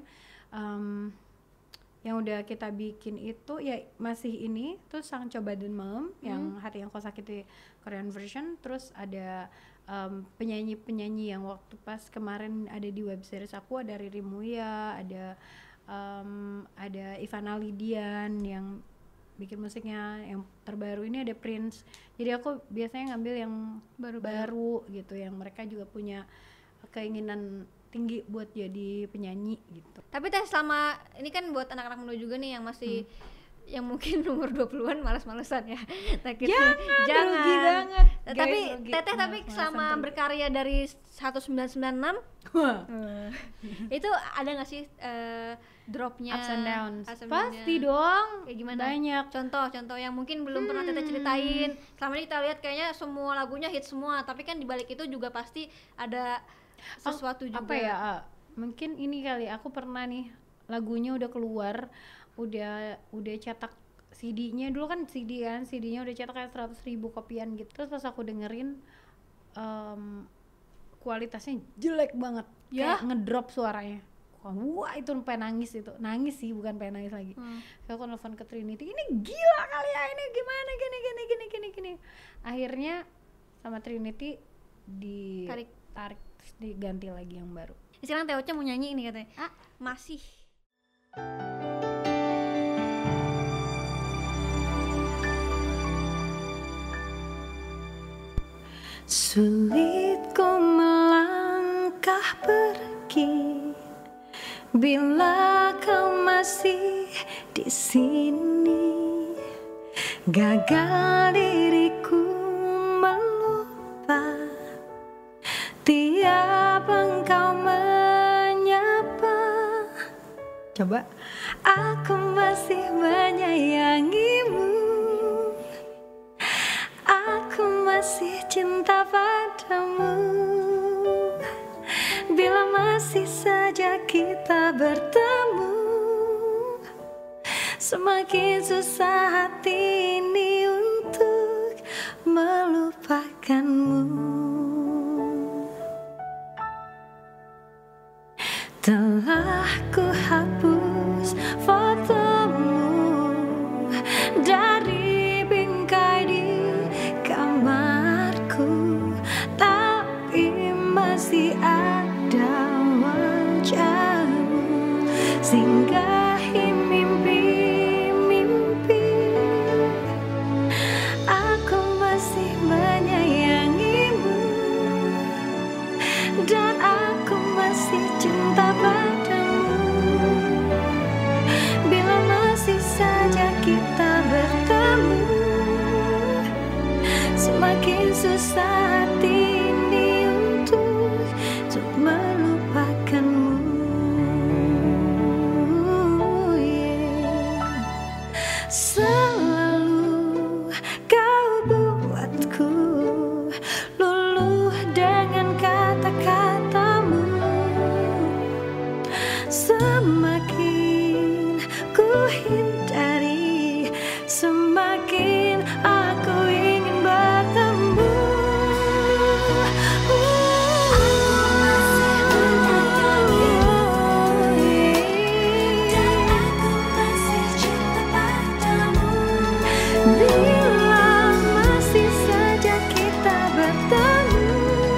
yang udah kita bikin itu ya masih ini, terus Sang Coba Den Malam yang Hati Yang Kau Sakiti Korean version, terus ada penyanyi-penyanyi yang waktu pas kemarin ada di web series aku, ada Riri Muya, ada Ivana Lidian yang bikin musiknya. Yang terbaru ini ada Prince. Jadi aku biasanya ngambil yang baru gitu, yang mereka juga punya keinginan tinggi buat jadi penyanyi gitu. Tapi selama ini kan buat anak-anak muda juga nih yang masih yang mungkin umur 20-an malas-malesan ya. Nah, jangan rugi banget. Tapi Teteh selama berkarya dari 1996 itu ada nggak sih dropnya, ups and downs. ups and Pasti down-nya. dong. Kayak gimana? Banyak. Contoh yang mungkin belum pernah Teteh ceritain. Selama ini kita lihat kayaknya semua lagunya hit semua, tapi kan di balik itu juga pasti ada sesuatu juga. Apa ya? Mungkin ini kali, aku pernah nih lagunya udah keluar, udah cetak CD-nya, dulu kan CD-nya udah cetak kayak 100.000 kopian gitu. Terus pas aku dengerin kualitasnya jelek banget, kayak ngedrop suaranya. Wah, itu pengen nangis sih, bukan pengen nangis lagi. Aku nelfon ke Trinity, ini gila kali ya, ini gimana gini. Akhirnya sama Trinity ditarik terus diganti lagi yang baru. Sekarang Teh Ocha mau nyanyi ini katanya. Masih. Sulit ku melangkah pergi bila kau masih di sini. Gagal diriku melupa tiap engkau menyapa. Coba. Aku masih menyayangimu, aku masih cinta padamu. Bila masih saja kita bertemu, semakin susah hati ini untuk melupakanmu. Telah ku hapus fotomu dari bingkai di kamarku, tapi masih ada wajahmu singgahi mimpi-mimpi. Aku masih menyayangimu dan aku masih cinta padamu. Bila masih saja kita bertemu, semakin susah hati ini untuk melupakanmu. Selalu kau buatku luluh dengan kata-katamu. Semakin ku hindari, semakin aku ingin bertemu. Bila masih saja kita bertemu,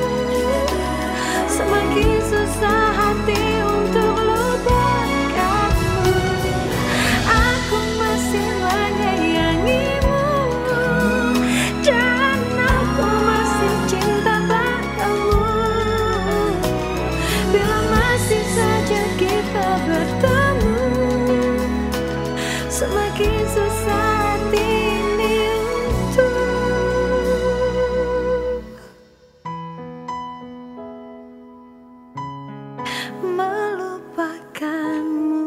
semakin susah hati untuk lupakanmu. Aku masih menyayangimu dan aku masih cinta padamu. Bila masih saja kita bertemu, semakin susah hati ini untuk melupakanmu,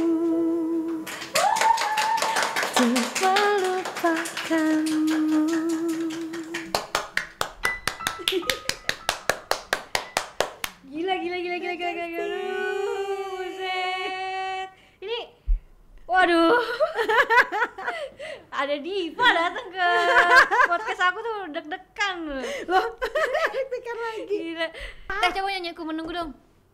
untuk melupakanmu. Gila. Buset. Ini waduh. Ada diva datang ke podcast aku tuh deg-degan loh. Deg-degan lagi. Gila. Teh coba nyanyi Aku Menunggu dong.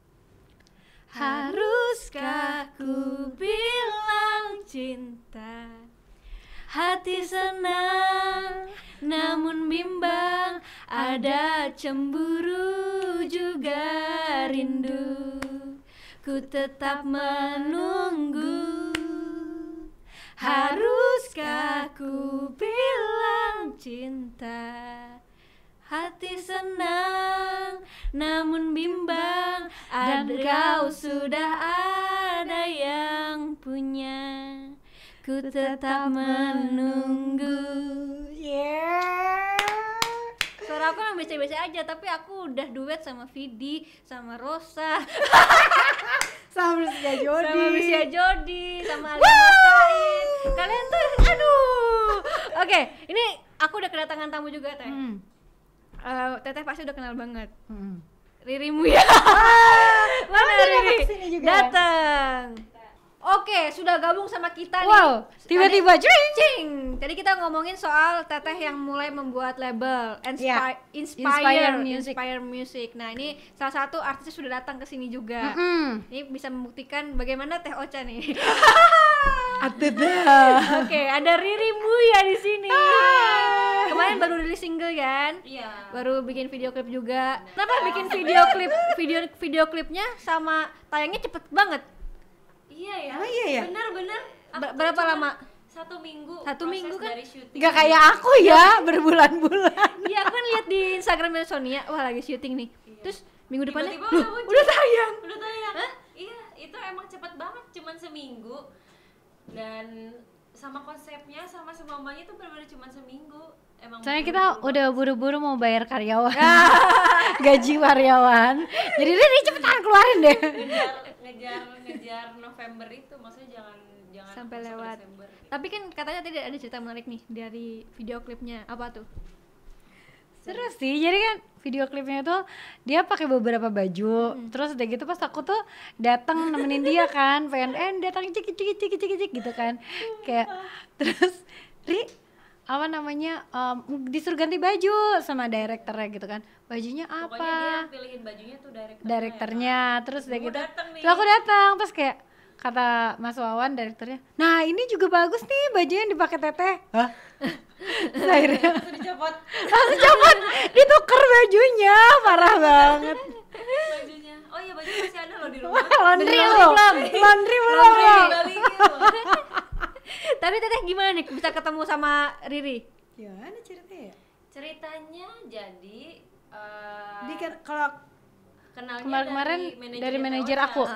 Haruskah ku bilang cinta, hati senang namun bimbang, ada cemburu juga rindu, ku tetap menunggu. Haruskah ku bilang cinta, hati senang namun bimbang, dan kau sudah ada yang punya, ku tetap menunggu. Suara aku yang biasa-biasa aja, tapi aku udah duet sama Vidi, sama Rosa, sama Rizky Jody, sama Misya Jody, sama Aliana Said. Kalian tuh aduh. Oke, ini aku udah kedatangan tamu juga, Teh. Teteh pasti udah kenal banget. Riri Muya. Mana Riri? Datang. Oke, sudah gabung sama kita nih. Wow, tiba-tiba cing. Tadi kita ngomongin soal Teteh yang mulai membuat label Inspire Music. Nah, ini salah satu artis sudah datang ke sini juga. Ini bisa membuktikan bagaimana Teh Ocha nih. Oke, ada Riri Muya di sini. Kemarin baru rilis single kan? Iya. Baru bikin video klip juga. Kenapa bikin video klipnya sama tayangnya cepet banget? Iya ya. Oh iya ya. Bener. Berapa lama? 1 minggu. 1 minggu kan? Dari syuting. Gak kayak aku ya, berbulan-bulan. Iya, aku kan lihat di Instagramnya Sonia, wah lagi syuting nih. Iya. Terus minggu depannya Tiba-tiba udah tayang. Hah? Iya, itu emang cepet banget, cuman seminggu. Dan sama konsepnya, sama semuanya tuh benar-benar cuman seminggu. Emang Soalnya kita udah buru-buru mau bayar karyawan. Gaji karyawan. Jadi Riri cepetan keluarin deh. ngejar November itu, maksudnya jangan Sampai masuk lewat. Desember. Tapi kan katanya tadi ada cerita menarik nih dari video klipnya. Apa tuh? Seru sih, jadi kan video klipnya tuh dia pakai beberapa baju, terus udah gitu pas aku tuh datang nemenin dia kan, pengen datang cik gitu kan, kayak terus apa namanya disuruh ganti baju sama direkturnya gitu kan, bajunya apa? Pokoknya dia pilihin bajunya tuh direkturnya, terus udah gitu, terus aku datang, terus kayak kata Mas Wawan direkturnya, nah ini juga bagus nih bajunya yang dipakai Teteh. Hah? Akhirnya langsung dicopot, ditukar bajunya, parah banget. Bajunya, oh iya bajunya masih ada loh di rumah. Laundry belum. Tapi Teteh gimana nih bisa ketemu sama Riri? Gimana ceritanya? Ceritanya jadi Dia kan kalau kenalnya kemarin dari manajer aku,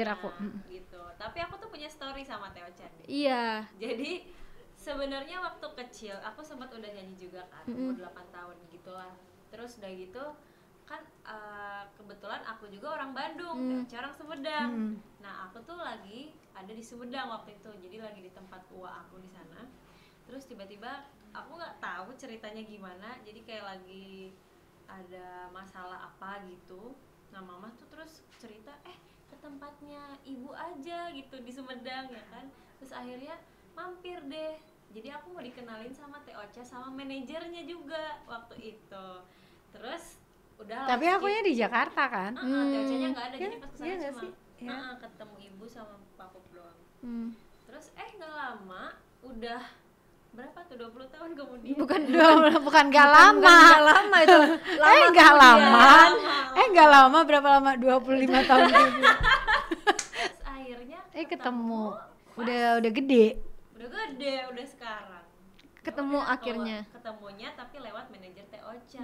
gitu. Tapi aku tuh punya story sama Teh Ocha. Iya. Jadi sebenarnya waktu kecil aku sempat udah nyanyi juga kan, umur 8 tahun gitulah. Terus udah gitu kan kebetulan aku juga orang Bandung, Teh Ocha orang Sumedang. Nah, aku tuh lagi ada di Sumedang waktu itu. Jadi lagi di tempat tua aku di sana. Terus tiba-tiba aku nggak tahu ceritanya gimana. Jadi kayak lagi ada masalah apa gitu. Nah, mama tuh terus cerita ke tempatnya ibu aja gitu di Sumedang ya kan. Terus akhirnya mampir deh. Jadi aku mau dikenalin sama Teh Ocha sama manajernya juga waktu itu. Terus udah. Tapi akunya di Jakarta kan? Teh Ochanya nggak ada, jadi pas kesana iya cuma ketemu ibu sama papup doang. Terus nggak lama udah berapa tuh 20 tahun kemudian. Bukan gak lama. Gak lama itu. Gak lama. Gak lama, berapa lama? 25 tahun kemudian. Terus akhirnya ketemu. Udah gede. Udah sekarang. Ketemu akhirnya. Ketemunya tapi lewat manajer Teh Ocha.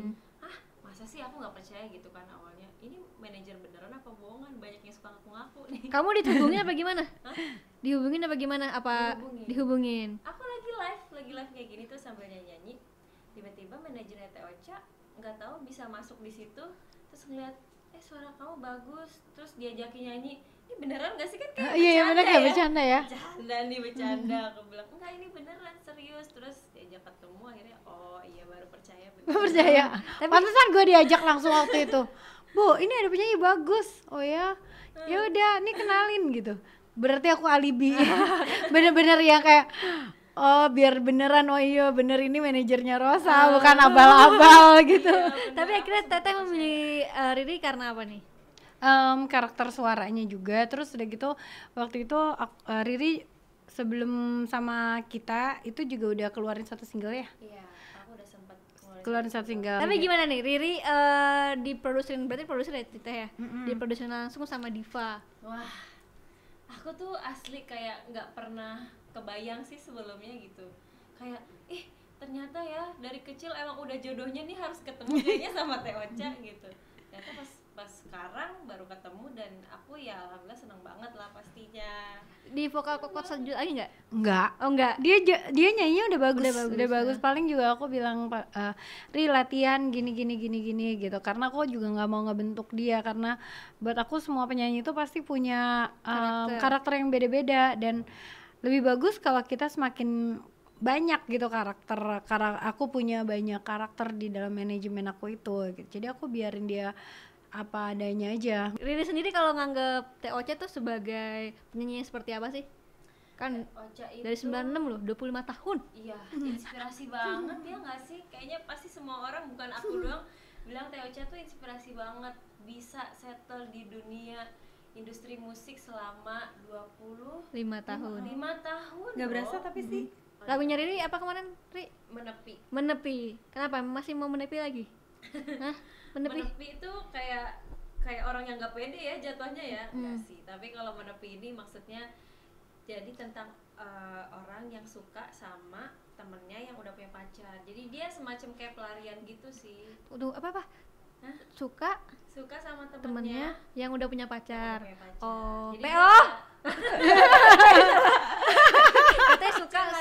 Masa sih aku nggak percaya gitu kan awalnya. Ini manajer beneran apa bohongan? Banyak yang suka ngaku-ngaku nih. Kamu dihubungin apa gimana? Dihubungin apa gimana? Apa dihubungin? Aku lagi live kayak gini tuh sambil nyanyi. Tiba-tiba manajernya Teh Ocha nggak tahu bisa masuk di situ, terus ngeliat suara kamu bagus, terus diajakin nyanyi. Ini beneran gak sih kan kayak iya bener kayak bercanda ya. Bercanda. Aku bilang enggak, ini beneran serius. Terus diajak ketemu, akhirnya oh iya baru percaya. Percaya. Pantesan gue diajak langsung waktu itu. Bu, ini ada penyanyi bagus. Oh ya, ya udah, nih kenalin gitu. Berarti aku alibi. Bener-bener yang kayak oh biar beneran, oh iya bener ini manajernya Rosa, bukan abal-abal gitu. Tapi akhirnya Teteh memilih Riri karena apa nih? Karakter suaranya juga. Terus udah gitu waktu itu Riri sebelum sama kita itu juga udah keluarin satu single ya? Iya, aku udah sempat keluarin satu single. Tapi gimana nih Riri diproduserin, berarti produser ya Teteh ya? Diproduserin langsung sama Diva. Wah, aku tuh asli kayak nggak pernah kebayang sih sebelumnya gitu. Kayak ternyata ya dari kecil emang udah jodohnya nih harus ketemu kayaknya sama Teh Ocha gitu. Ternyata pas pas sekarang baru ketemu dan aku ya alhamdulillah seneng banget lah pastinya. Di vokal kokot selanjut lagi nggak? Enggak. Oh enggak. Dia nyanyinya udah bagus, Udah bagus, Paling juga aku bilang Ri latihan gini gitu, karena aku juga nggak mau ngebentuk dia, karena buat aku semua penyanyi itu pasti punya karakter yang beda-beda, dan lebih bagus kalau kita semakin banyak gitu karakter. Aku punya banyak karakter di dalam manajemen aku itu gitu. Jadi aku biarin dia apa adanya aja. Riri sendiri kalau nganggep TOC tuh sebagai penyanyi yang seperti apa sih? Kan Ocha itu dari 96 loh, 25 tahun. iya inspirasi banget ya nggak sih? Kayaknya pasti semua orang, bukan aku doang, bilang Teh Ocha tuh inspirasi banget, bisa settle di dunia industri musik selama 25 tahun. tahun Nggak berasa loh. tapi sih. Lagunya Riri apa kemarin, Ri? Menepi. Kenapa? Masih mau menepi lagi? Hah? Menepi? Menepi itu kayak orang yang nggak pede ya jatuhnya ya. Enggak sih, tapi kalau menepi ini maksudnya jadi tentang orang yang suka sama temennya yang udah punya pacar. Jadi dia semacam kayak pelarian gitu sih. Apa? Hah? Suka Sama temennya temennya yang udah punya pacar. yang udah punya pacar. Oh, Jadi PO. Katanya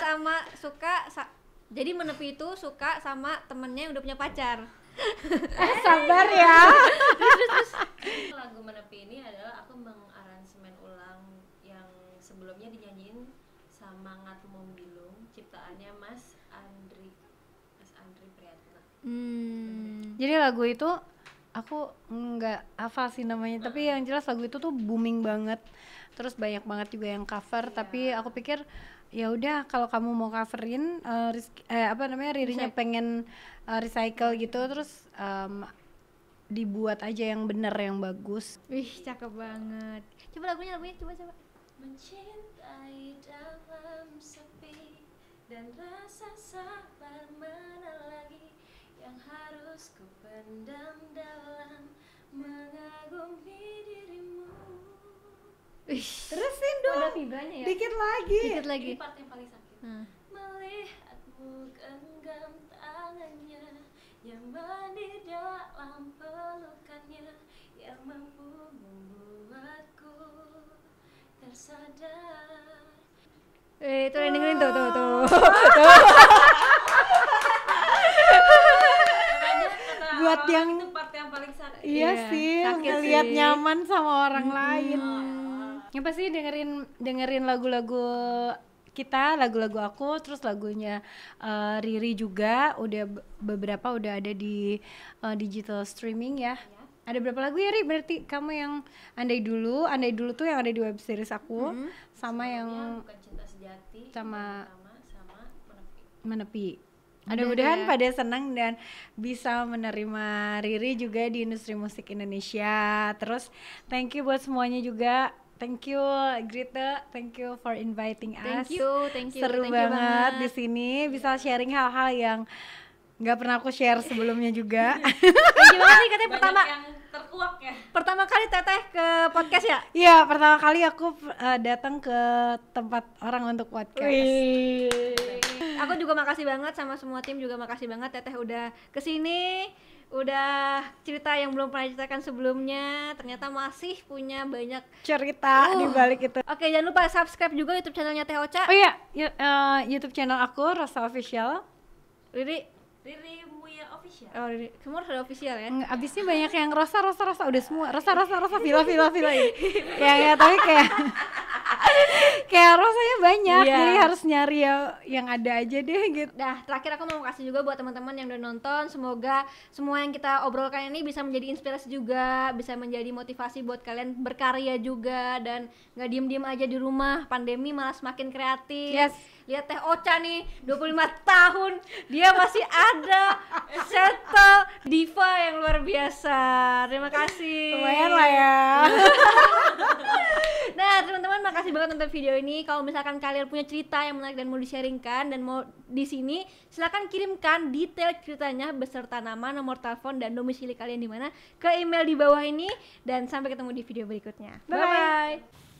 jadi menepi itu suka sama temennya yang udah punya pacar. Sabar ya. Lagu Menepi ini adalah aku mengaransemen ulang yang sebelumnya dinyanyiin sama Ngatu Mombilung, ciptaannya Mas Andri Priyatna. Jadi lagu itu aku nggak hafal sih namanya, tapi yang jelas lagu itu tuh booming banget. Terus banyak banget juga yang cover, tapi aku pikir ya udah kalau kamu mau coverin Ririnya pengen recycle gitu, terus dibuat aja yang bener, yang bagus. Wih, cakep banget. Coba lagunya coba. Mencintai dalam sepi dan rasa sabar mana lagi yang harus ku pendam dalam mengagumi dirimu. Wih, Terusin ada vibranya ya? Dikit lagi. Lagi. Ini part yang paling sakit. Melihatmu genggam tangannya, nyaman di dalam pelukannya, yang mampu membuatku tersadar. Itu yang dengerin tuh. Buat Orang yang itu part yang paling sakit. Iya sih, sakit ngeliat sih. nyaman sama orang lain. Ya pasti dengerin lagu-lagu kita, lagu-lagu aku, terus lagunya Riri juga beberapa udah ada di digital streaming ya. Ada berapa lagu ya, Ri? Berarti kamu yang Andai Dulu tuh yang ada di web series aku, sama yang Bukan Cinta Sejati, sama Menepi. Menepi. Mudah-mudahan pada senang dan bisa menerima Riri juga di industri musik Indonesia. Terus thank you buat semuanya juga. Thank you Grita, thank you for inviting us. Thank you. Seru Thank you banget di sini, bisa sharing hal-hal yang nggak pernah aku share sebelumnya juga. Gimana sih katanya Banyak yang terkuak ya. pertama kali Teteh ke podcast ya? Iya, pertama kali aku datang ke tempat orang untuk podcast. Aku juga makasih banget sama semua tim, juga makasih banget Teteh udah kesini, udah cerita yang belum pernah diceritakan sebelumnya, ternyata masih punya banyak Cerita di balik itu. Oke, jangan lupa subscribe juga YouTube channelnya Teh Ocha. Oh iya, YouTube channel aku Rosa Official. Riri Muya Official. Oh, Riri, semua harus ada official ya? Abisnya banyak yang Rosa udah semua Rosa Villa ini. Ya tapi kayak Rosanya banyak, Iya. jadi harus nyari yang ada aja deh gitu. Dah, terakhir aku mau kasih juga buat teman-teman yang udah nonton, semoga semua yang kita obrolkan ini bisa menjadi inspirasi juga, bisa menjadi motivasi buat kalian berkarya juga, dan nggak diem-diem aja di rumah, pandemi malah semakin kreatif. Yes. Lihat Teh Ocha nih, 25 tahun, dia masih ada, settle, diva yang luar biasa. Terima kasih. Lumayan lah ya. Nah, teman-teman, makasih banget nonton video ini. Kalau misalkan kalian punya cerita yang menarik dan mau di-sharingkan dan mau di sini, silakan kirimkan detail ceritanya beserta nama, nomor telepon, dan domisili kalian di mana ke email di bawah ini. Dan sampai ketemu di video berikutnya. Bye-bye. Bye-bye.